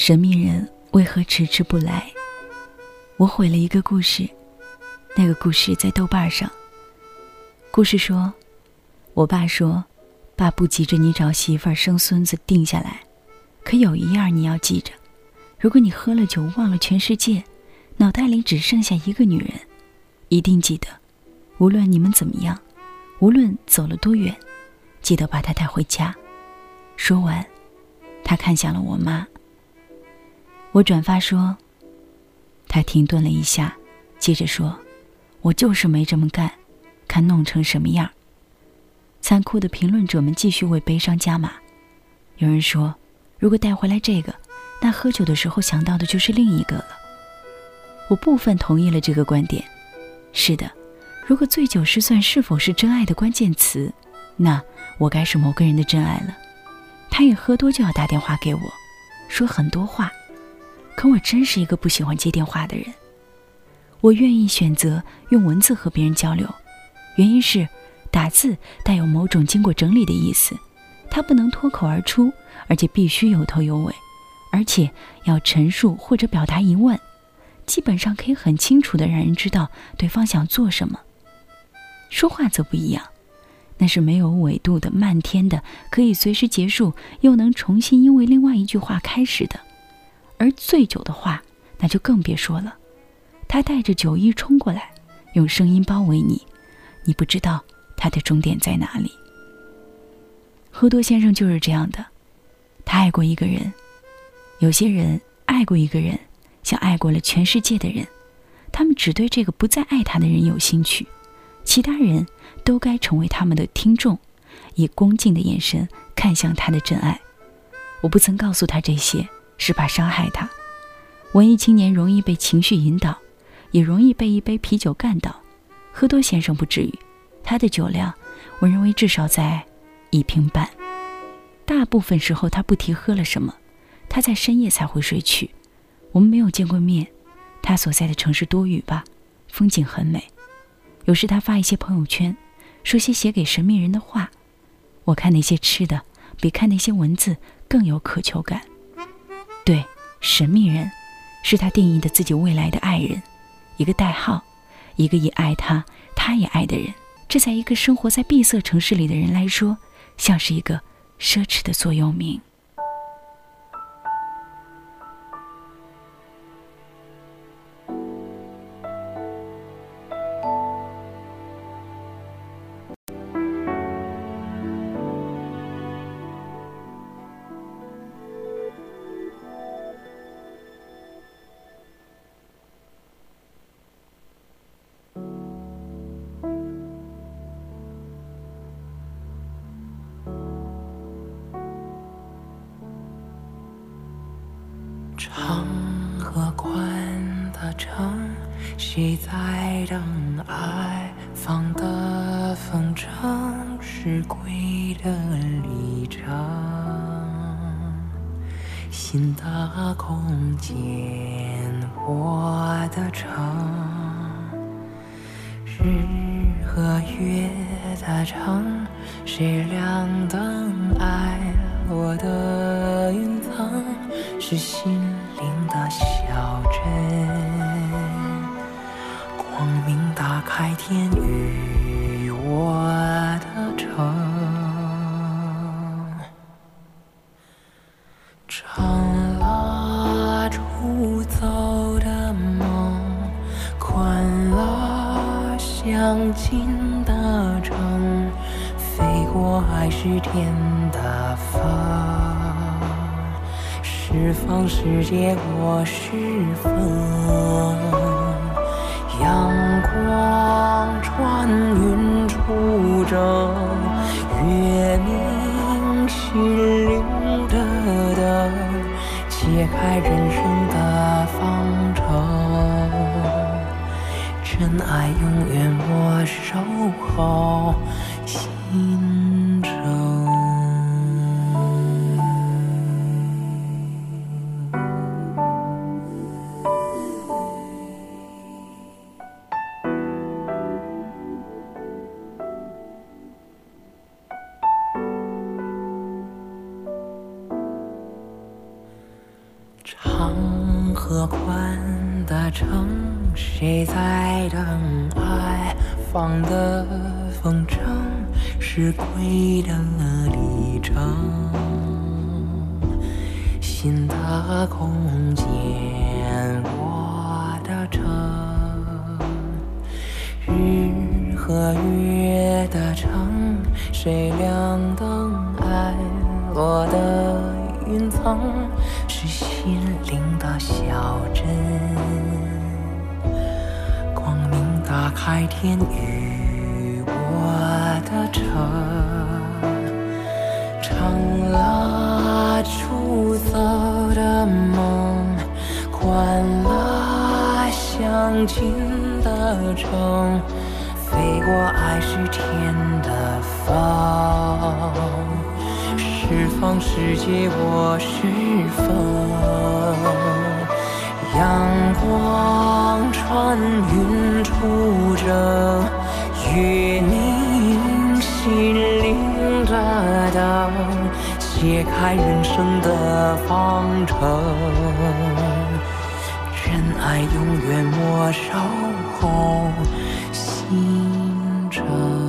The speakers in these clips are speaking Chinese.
神秘人为何迟迟不来？我毁了一个故事，那个故事在豆瓣上。故事说，我爸说，爸不急着你找媳妇儿生孙子定下来，可有一样你要记着，如果你喝了酒忘了全世界，脑袋里只剩下一个女人，一定记得，无论你们怎么样，无论走了多远，记得把她带回家。说完，他看向了我妈。我转发说，他停顿了一下，接着说，我就是没这么干，看弄成什么样。残酷的评论者们继续为悲伤加码。有人说，如果带回来这个，那喝酒的时候想到的就是另一个了。我部分同意了这个观点。是的，如果醉酒失算是否是真爱的关键词，那我该是某个人的真爱了。他一喝多就要打电话给我，说很多话，可我真是一个不喜欢接电话的人。我愿意选择用文字和别人交流，原因是打字带有某种经过整理的意思，它不能脱口而出，而且必须有头有尾，而且要陈述或者表达疑问，基本上可以很清楚地让人知道对方想做什么。说话则不一样，那是没有纬度的、漫天的，可以随时结束，又能重新因为另外一句话开始的。而醉酒的话，那就更别说了。他带着酒意冲过来，用声音包围你，你不知道他的终点在哪里。喝多先生就是这样的，他爱过一个人。有些人爱过一个人，像爱过了全世界的人，他们只对这个不再爱他的人有兴趣，其他人都该成为他们的听众，以恭敬的眼神看向他的真爱。我不曾告诉他这些，是怕伤害他。文艺青年容易被情绪引导，也容易被一杯啤酒干倒。喝多先生不至于，他的酒量我认为至少在1瓶半。大部分时候他不提喝了什么，他在深夜才会睡去。我们没有见过面，他所在的城市多雨吧，风景很美。有时他发一些朋友圈，说些写给神秘人的话，我看那些吃的比看那些文字更有渴求感。对，神秘人是他定义的自己未来的爱人，一个代号，一个也爱他，他也爱的人。这在一个生活在闭塞城市里的人来说，像是一个奢侈的座右铭。 长和宽的城，谁在等爱放的风筝是归的里程？新的空间，我的城，日和月的城，谁亮灯爱我的云层？是心灵的小镇，光明打开天与我的城。长了出走的梦，宽了相近的城，飞过海是天的风，释放世界我是风，阳光穿云出征，月明心灵的灯，揭开人生的方程，真爱永远我守候心中。 和宽的城，谁在等爱放的风筝，是归的里程。新的空间，我的城，日和月的城，谁亮灯爱落的云层，是心灵的小镇。光明打开天与我的城，长了出走的梦，关了相亲的城，飞过爱是天的风，释放世界我是风，阳光穿云出征，月明心灵的灯，揭开人生的方程，真爱永远莫守候星辰。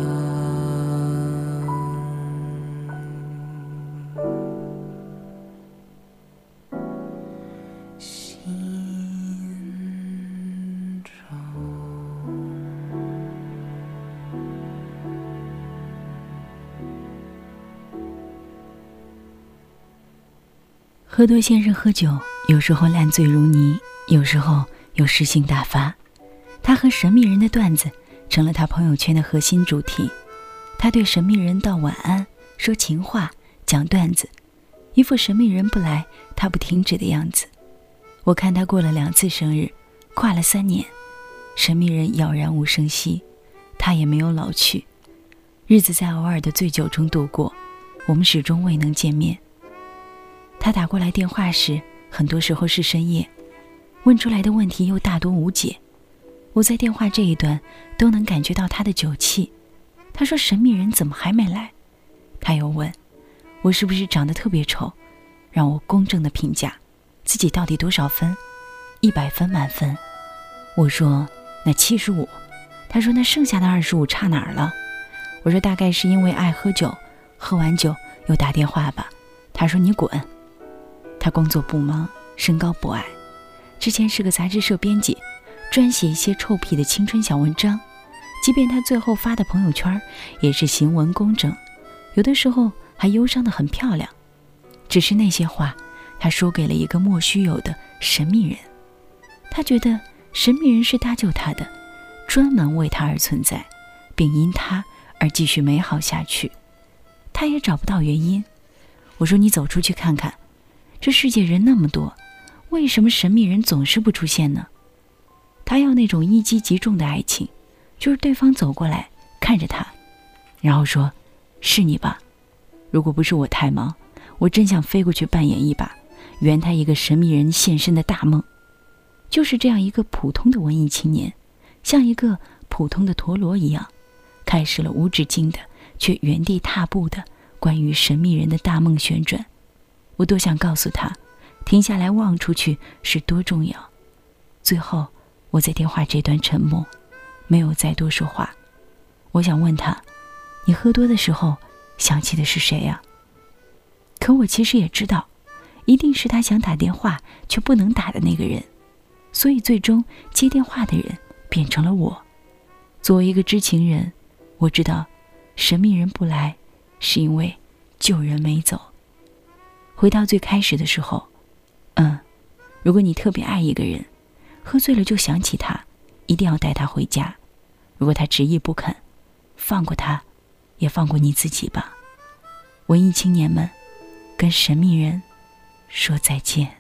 喝多先生喝酒，有时候烂醉如泥，有时候又诗兴大发。他和神秘人的段子成了他朋友圈的核心主题。他对神秘人道晚安，说情话，讲段子，一副神秘人不来他不停止的样子。我看他过了2次生日，跨了3年，神秘人杳然无声息，他也没有老去。日子在偶尔的醉酒中度过，我们始终未能见面。他打过来电话时，很多时候是深夜，问出来的问题又大多无解。我在电话这一端都能感觉到他的酒气。他说神秘人怎么还没来？他又问我是不是长得特别丑，让我公正的评价自己到底多少分？100分满分。我说那75。他说那剩下的25差哪儿了？我说大概是因为爱喝酒，喝完酒又打电话吧。他说你滚。他工作不忙，身高不矮，之前是个杂志社编辑，专写一些臭屁的青春小文章。即便他最后发的朋友圈也是行文工整，有的时候还忧伤得很漂亮。只是那些话他说给了一个莫须有的神秘人，他觉得神秘人是搭救他的，专门为他而存在，并因他而继续美好下去。他也找不到原因。我说你走出去看看，这世界人那么多，为什么神秘人总是不出现呢？他要那种一击即中的爱情，就是对方走过来看着他，然后说是你吧？如果不是我太忙，我真想飞过去扮演一把，圆他一个神秘人现身的大梦。就是这样一个普通的文艺青年，像一个普通的陀螺一样，开始了无止境的却原地踏步的关于神秘人的大梦旋转。我多想告诉他，停下来望出去是多重要。最后我在电话这端沉默，没有再多说话。我想问他，你喝多的时候想起的是谁呀？可我其实也知道，一定是他想打电话却不能打的那个人，所以最终接电话的人变成了我。作为一个知情人，我知道神秘人不来是因为救人没走。回到最开始的时候，如果你特别爱一个人，喝醉了就想起他，一定要带他回家。如果他执意不肯，放过他，也放过你自己吧。文艺青年们，跟神秘人说再见。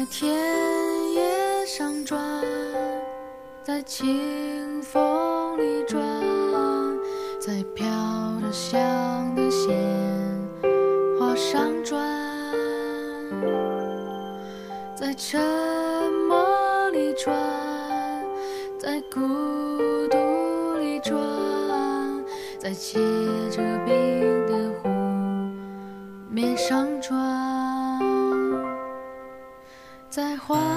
田野上转，在清风里转，在飘着香的鲜花上转，在沉默里转，在孤独里转，在结着冰的湖面上转，在花